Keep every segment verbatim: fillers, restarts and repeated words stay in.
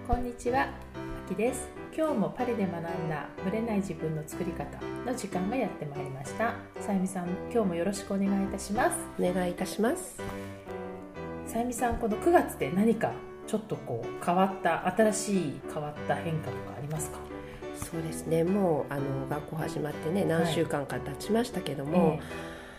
こんにちは、あきです。今日もパリで学んだブレない自分の作り方の時間がやってまいりました。さゆみさん、今日もよろしくお願いいたします。 お願いいたします。 さゆみさん、このくがつで何かちょっとこう変わった新しい変わった変化とかありますか？ そうですね、もうあの学校始まってね何週間か経ちましたけども、はい、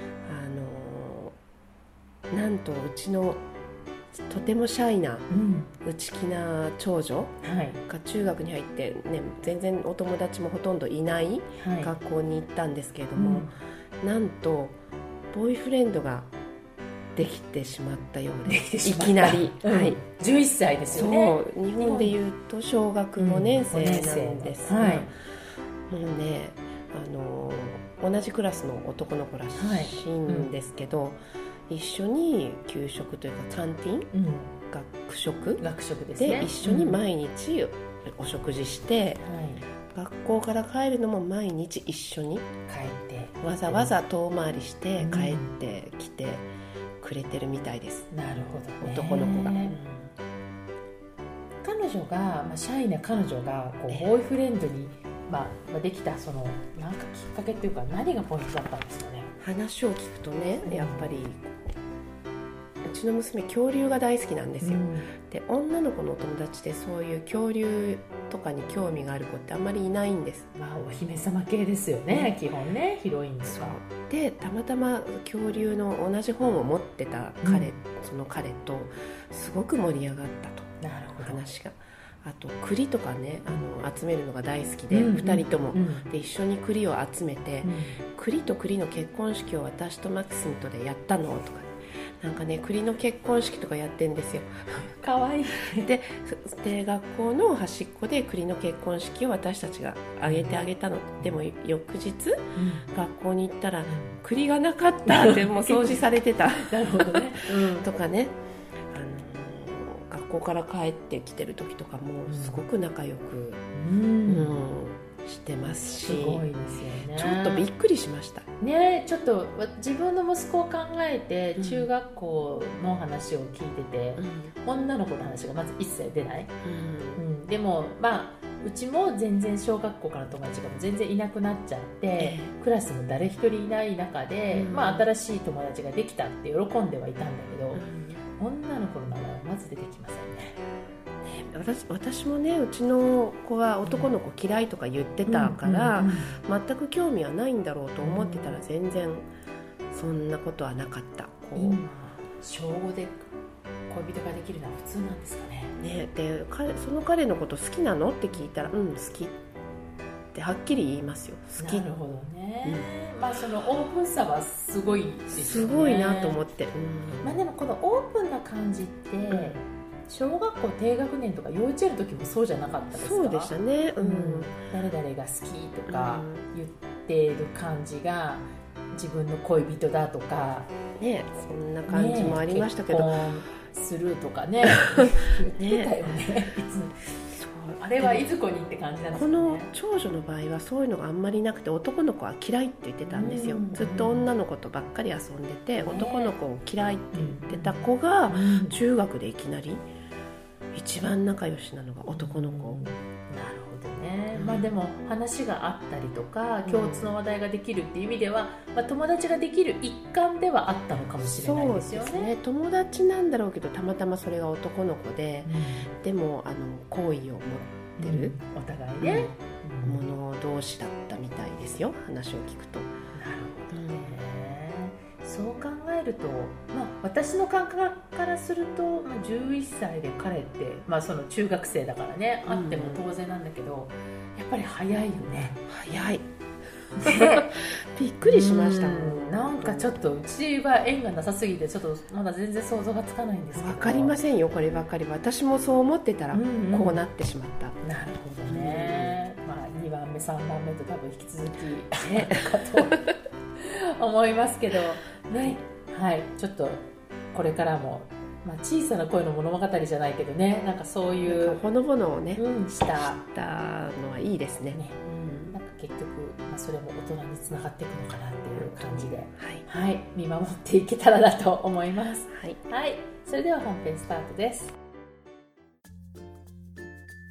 あのなんとうちのとてもシャイな、うん、内気な長女が中学に入って、ね、全然お友達もほとんどいない学校に行ったんですけれども、はいうん、なんとボーイフレンドができてしまったようで、いきなり、うんはい、 じゅういっさいですよね。 そう日本でいうと小学ごねん生なんですが、うんはい、もうねあの同じクラスの男の子らしいんですけど、はいうん、一緒に給食というかカンティン、うん、学食学食ですね、 で一緒に毎日お食事して、うん、学校から帰るのも毎日一緒に帰ってわざわざ遠回りして帰ってきてくれてるみたいです、 うん、なるほどね。 男の子が、うん、 彼女が、まあ、シャイな彼女がこうボーイフレンドに、まあ、できたそのなんかきっかけっていうか何がポイントだったんですかね。 話を聞くとねやっぱりうちの娘恐竜が大好きなんですよ、うん、で女の子のお友達でそういう恐竜とかに興味がある子ってあんまりいないんです。 まあお姫様系ですよね、ね基本ねヒロインですか。 でたまたま恐竜の同じ本を持ってた彼、うん、その彼とすごく盛り上がったと。 なるほど。 話があと栗とかねあの集めるのが大好きで、うん、ふたりとも、うん、で一緒に栗を集めて、うん、栗と栗の結婚式を私とマキスミとでやったのとかなんかね栗の結婚式とかやってんですよ。 かわいいで, で学校の端っこで栗の結婚式を私たちがあげてあげたの。でも翌日、うん、学校に行ったら栗がなかったってもう掃除されてたなるほどね、 うん、とかねあの学校から帰ってきてる時とかもすごく仲良く、うんうんしてますし、 すごいですよね。 ちょっとびっくりしましたね。ちょっと自分の息子を考えて中学校の話を聞いてて、うん、女の子の話がまず一切出ない、うんうん、でもまあうちも全然小学校からの友達が全然いなくなっちゃって、えー、クラスも誰一人いない中で、うんまあ、新しい友達ができたって喜んではいたんだけど、うん、女の子の名前はまず出てきませんね。 私, 私もねうちの子は男の子嫌いとか言ってたから、うんうんうん、全く興味はないんだろうと思ってたら全然そんなことはなかった。こう今小ごで恋人ができるのは普通なんですかね。 ねで彼その彼のこと好きなのって聞いたらうん好きってはっきり言いますよ。好き。 なるほどね、うんまあ、そのオープンさはすごいですよね。 すごいなと思って、うんまあ、でもこのオープンな感じって、うん小学校低学年とか幼稚園の時もそうじゃなかったですか？ そうでしたね、うんうん、誰々が好きとか言っている感じが自分の恋人だとか、 ね、そんな感じもありましたけど、 ね、結婚するとかね言ってたよねいつあれはいずこにって感じなんですよね。 この長女の場合はそういうのがあんまりなくて男の子は嫌いって言ってたんですよ、うん、ずっと女の子とばっかり遊んでて、ね、男の子を嫌いって言ってた子が中学でいきなり一番仲良しなのが男の子、うん、なるほどね、うんまあ、でも話があったりとか共通の話題ができるっていう意味では、うんまあ、友達ができる一環ではあったのかもしれないですよ ね, そうですね。友達なんだろうけどたまたまそれが男の子で、うん、でもあの好意を持ってる、 うん、お互いね、 うん、者同士だったみたいですよ話を聞くと。 なるほどね、そう考えると、まあ、私の感覚からすると、まあ、じゅういっさいで彼って、まあ、その中学生だからね、うん、あっても当然なんだけどやっぱり早いよね。 早いびっくりしました。 うんなんかちょっとうちは縁がなさすぎてちょっとまだ全然想像がつかないんですけど。 分かりませんよこればかり。私もそう思ってたらこうなってしまった、 うんうん、なるほどね、うんまあ、にばんめさんばんめと多分引き続きねかと思いますけどね、はい、ちょっとこれからも、まあ、小さな恋の物語じゃないけどね、なんかそういうほのぼのをね、 うん、したしたのはいいですね。ね、 うん、なんか結局、まあ、それも大人につながっていくのかなっていう感じで、はいはい、見守っていけたらなと思います。はい、はい、それでは本編スタートです。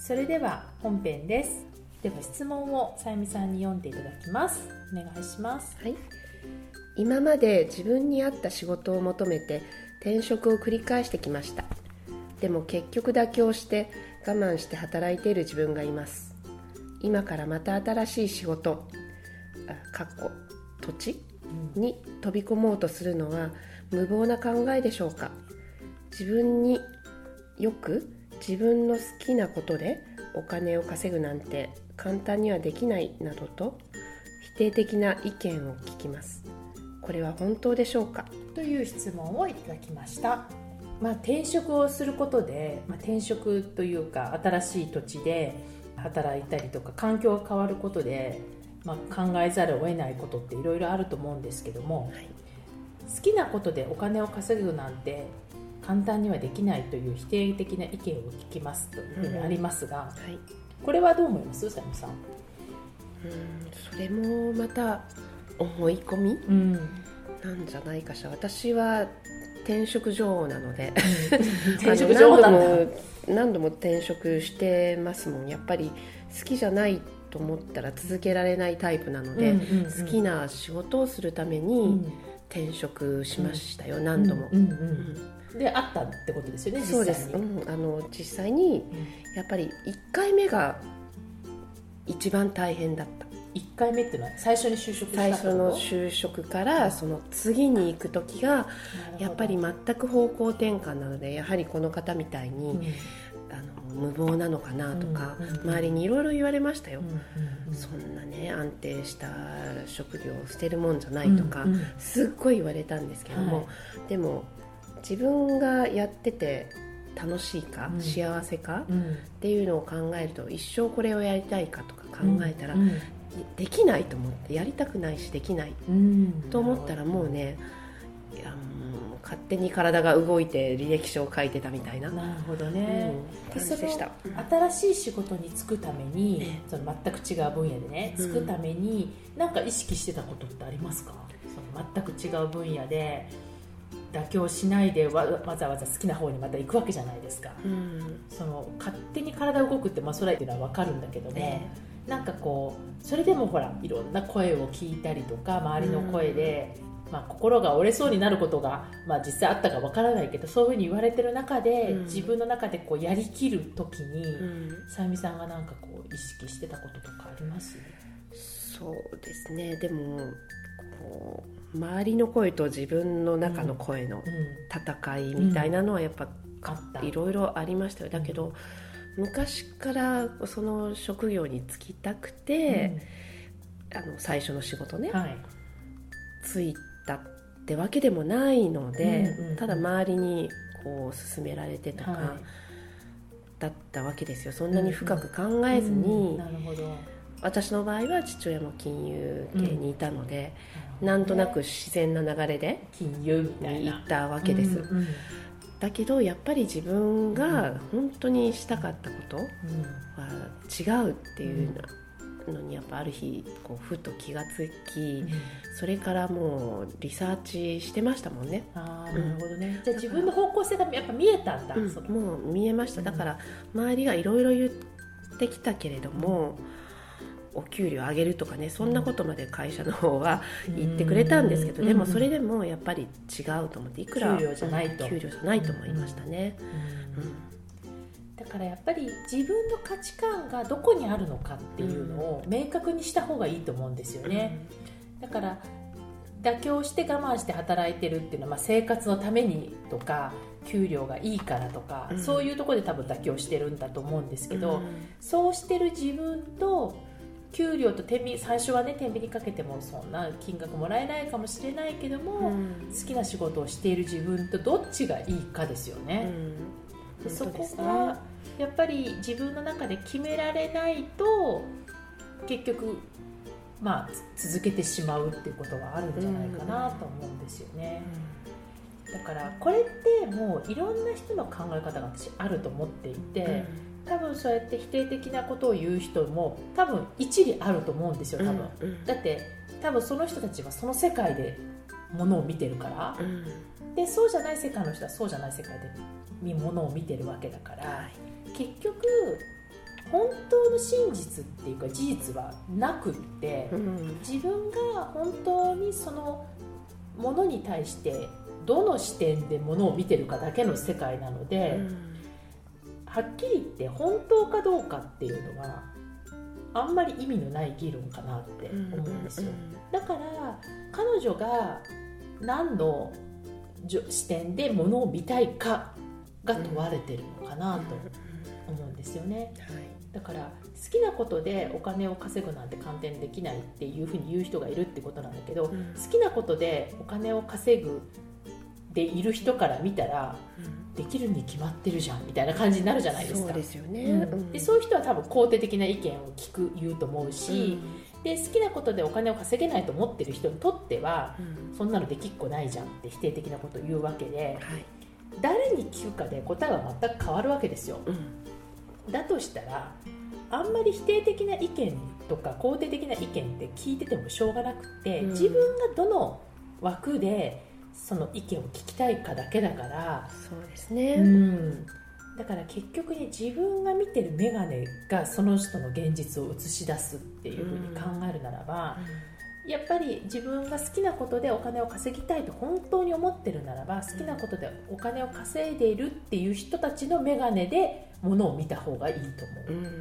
それでは本編です。では質問をさゆみさんに読んでいただきます。お願いします。 はい、今まで自分に合った仕事を求めて転職を繰り返してきました。でも結局妥協して我慢して働いている自分がいます。今からまた新しい仕事、かっこ土地に飛び込もうとするのは無謀な考えでしょうか。自分によく自分の好きなことでお金を稼ぐなんて簡単にはできないなどと否定的な意見を聞きます。これは本当でしょうか、 という質問をいただきました。まあ、転職をすることで、まあ、転職というか新しい土地で働いたりとか環境が変わることで、まあ、考えざるを得ないことっていろいろあると思うんですけども、はい、好きなことでお金を稼ぐなんて簡単にはできないという否定的な意見を聞きますというふうにありますが、うんはい、これはどう思います、さゆみさん。 うんそれもまた思い込み、うん、なんじゃないかしら。私は転職女王なので、うん、転職女王なんだ。何度も何度も転職してますもん。やっぱり好きじゃないと思ったら続けられないタイプなので、うんうんうん、好きな仕事をするために転職しましたよ、うん、何度も、うんうんうん、であったってことですよね、実際に。 そうです、うん、あの実際にやっぱりいっかいめが一番大変だった。 いっかいめっていうのは最初に就職した最初の就職からその次に行く時がやっぱり全く方向転換なので、やはりこの方みたいに、うん、あの無謀なのかなとか、うんうんうん、周りにいろいろ言われましたよ、うんうんうん、そんなね安定した職業を捨てるもんじゃないとか、うんうん、すっごい言われたんですけども、はい、でも自分がやってて楽しいか、うん、幸せか、うん、っていうのを考えると、一生これをやりたいかとか考えたら、うんうん、できないと思って、やりたくないしできない、うん、と思ったらもうね、いやもう勝手に体が動いて履歴書を書いてたみたいな。 なるほどね、うん、でその新しい仕事に就くために、ね、その全く違う分野でね就くために、うん、なんか意識してたことってありますか？その全く違う分野で妥協しないで わ, わざわざ好きな方にまた行くわけじゃないですか、うん、その勝手に体動くって、まあ、それっていうのは分かるんだけども、ね、なんかこうそれでもほらいろんな声を聞いたりとか周りの声で、うんまあ、心が折れそうになることが、まあ、実際あったか分からないけど、そういうふうに言われてる中で、うん、自分の中でこうやりきる時に、うん、さゆみさんがなんかこう意識してたこととかあります？ そうですね、でもこう周りの声と自分の中の声の戦いみたいなのはやっぱいろいろありましたよ。だけど昔からその職業に就きたくて、うん、あの最初の仕事ね、はい、就いたってわけでもないので、うんうんうん、ただ周りにこう勧められてとか、はい、だったわけですよ。そんなに深く考えずに、うんうん、なるほど。私の場合は父親も金融系にいたので、うん、なんとなく自然な流れで金融みたいな行ったわけです、うんうん、だけどやっぱり自分が本当にしたかったことは違うっていうのにやっぱある日こうふと気がつき、うん、それからもうリサーチしてましたもんね。 あー、なるほどね。じゃあ自分の方向性がやっぱ見えたんだ、うん、 もう見えました。だから周りがいろいろ言ってきたけれども、うんお給料上げるとかね、そんなことまで会社の方は言ってくれたんですけど、でもそれでもやっぱり違うと思って、いくら給料じゃないと給料じゃないと思いましたね、 うんうん、だからやっぱり自分の価値観がどこにあるのかっていうのを明確にした方がいいと思うんですよね、うん、だから妥協して我慢して働いてるっていうのは、まあ、生活のためにとか給料がいいからとか、うん、そういうところで多分妥協してるんだと思うんですけど、うん、そうしてる自分と給料と天秤、最初はね天秤にかけてもそんな金額もらえないかもしれないけども、うん、好きな仕事をしている自分とどっちがいいかですよね、うん、でそこがやっぱり自分の中で決められないと結局まあ続けてしまうっていうことはあるんじゃないかなと思うんですよね、うん、だからこれってもういろんな人の考え方が私あると思っていて、うん多分そうやって否定的なことを言う人も多分一理あると思うんですよ多分、うんうん、だって多分その人たちはその世界でものを見てるから、うん、でそうじゃない世界の人はそうじゃない世界でものを見てるわけだから、はい、結局本当の真実っていうか事実はなくって、うん、自分が本当にそのものに対してどの視点でものを見てるかだけの世界なので、うん、はっきり言って本当かどうかっていうのはあんまり意味のない議論かなって思うんですよ、うんうんうん、だから彼女が何の視点でものを見たいかが問われてるのかなと思うんですよね、うんうんはい、だから好きなことでお金を稼ぐなんて簡単にできないっていうふうに言う人がいるってことなんだけど、うん、好きなことでお金を稼ぐでいる人から見たら、うん、できるに決まってるじゃんみたいな感じになるじゃないですか。 そうですよね、 うん、でそういう人は多分肯定的な意見を聞く言うと思うし、うん、で好きなことでお金を稼げないと思ってる人にとっては、うん、そんなのできっこないじゃんって否定的なことを言うわけで、はい、誰に聞くかで答えは全く変わるわけですよ、うん、だとしたらあんまり否定的な意見とか肯定的な意見って聞いててもしょうがなくて、うん、自分がどの枠でその意見を聞きたいかだけだから。 そうですね、 うん、だから結局に自分が見てる眼鏡がその人の現実を映し出すっていうふうに考えるならば、うん、やっぱり自分が好きなことでお金を稼ぎたいと本当に思ってるならば、好きなことでお金を稼いでいるっていう人たちの眼鏡でものを見た方がいいと思う、うんうんはい、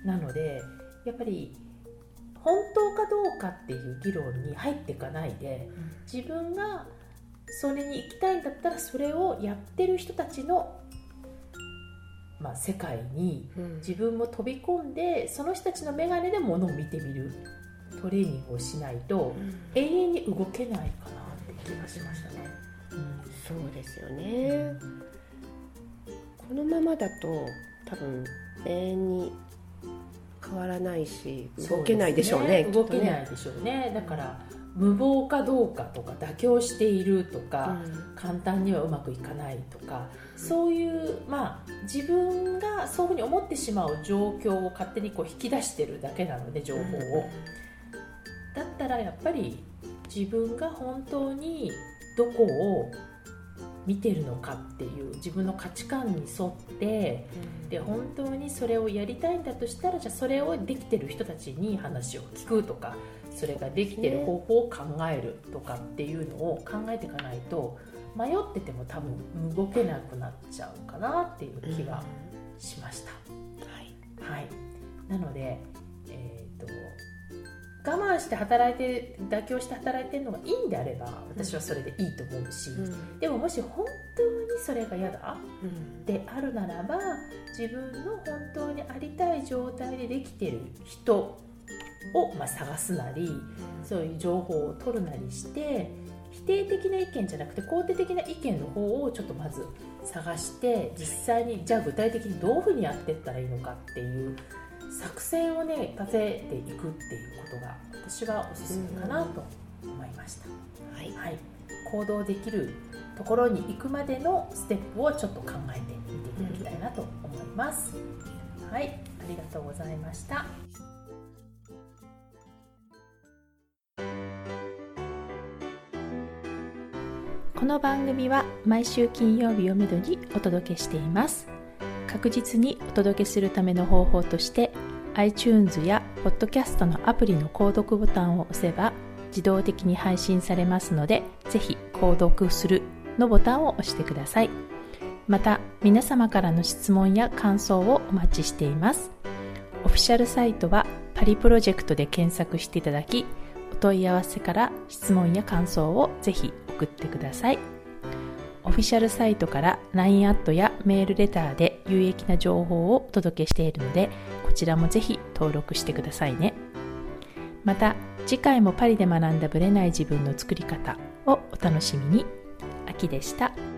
なのでやっぱり本当かどうかっていう議論に入っていかないで、うん、自分がそれに行きたいんだったらそれをやってる人たちの、まあ、世界に自分も飛び込んで、うん、その人たちの眼鏡でものを見てみるトレーニングをしないと、うん、永遠に動けないかなって気がしましたね、 うん、そうですよね、うん、このままだと多分永遠に変わらないし動けないでしょうね。 動けないでしょうね。だから無謀かどうかとか妥協しているとか、うん、簡単にはうまくいかないとか、うん、そういう、まあ、自分がそういうふうに思ってしまう状況を勝手にこう引き出してるだけなので情報を、うん、だったらやっぱり自分が本当にどこを見てるのかっていう自分の価値観に沿って、うん、で本当にそれをやりたいんだとしたら、じゃあそれをできてる人たちに話を聞くとか、それができてる方法を考えるとかっていうのを考えていかないと、迷ってても多分動けなくなっちゃうかなっていう気がしました、うんはいはい、なので、えーと我慢して働いて妥協して働いてるのがいいんであれば私はそれでいいと思うし、うん、でももし本当にそれが嫌だ、うん、であるならば、自分の本当にありたい状態でできてる人を、まあ、探すなり、うん、そういう情報を取るなりして、否定的な意見じゃなくて肯定的な意見の方をちょっとまず探して、実際にじゃあ具体的にどういうふうにやっていったらいいのかっていう作戦をね立てていくっていうことが私はおすすめかなと思いました、うんはいはい、行動できるところに行くまでのステップをちょっと考えてみていただきたいなと思います、うん、はい、ありがとうございました。この番組は毎週金曜日をめどにお届けしています。確実にお届けするための方法として iTunes や Podcast のアプリの購読ボタンを押せば自動的に配信されますので、ぜひ購読するのボタンを押してください。また皆様からの質問や感想をお待ちしています。オフィシャルサイトはパリプロジェクトで検索していただき、お問い合わせから質問や感想をぜひ送ってください。オフィシャルサイトから ライン アットやメールレターで有益な情報をお届けしているので、こちらもぜひ登録してくださいね。また次回もパリで学んだブレない自分の作り方をお楽しみに。あきでした。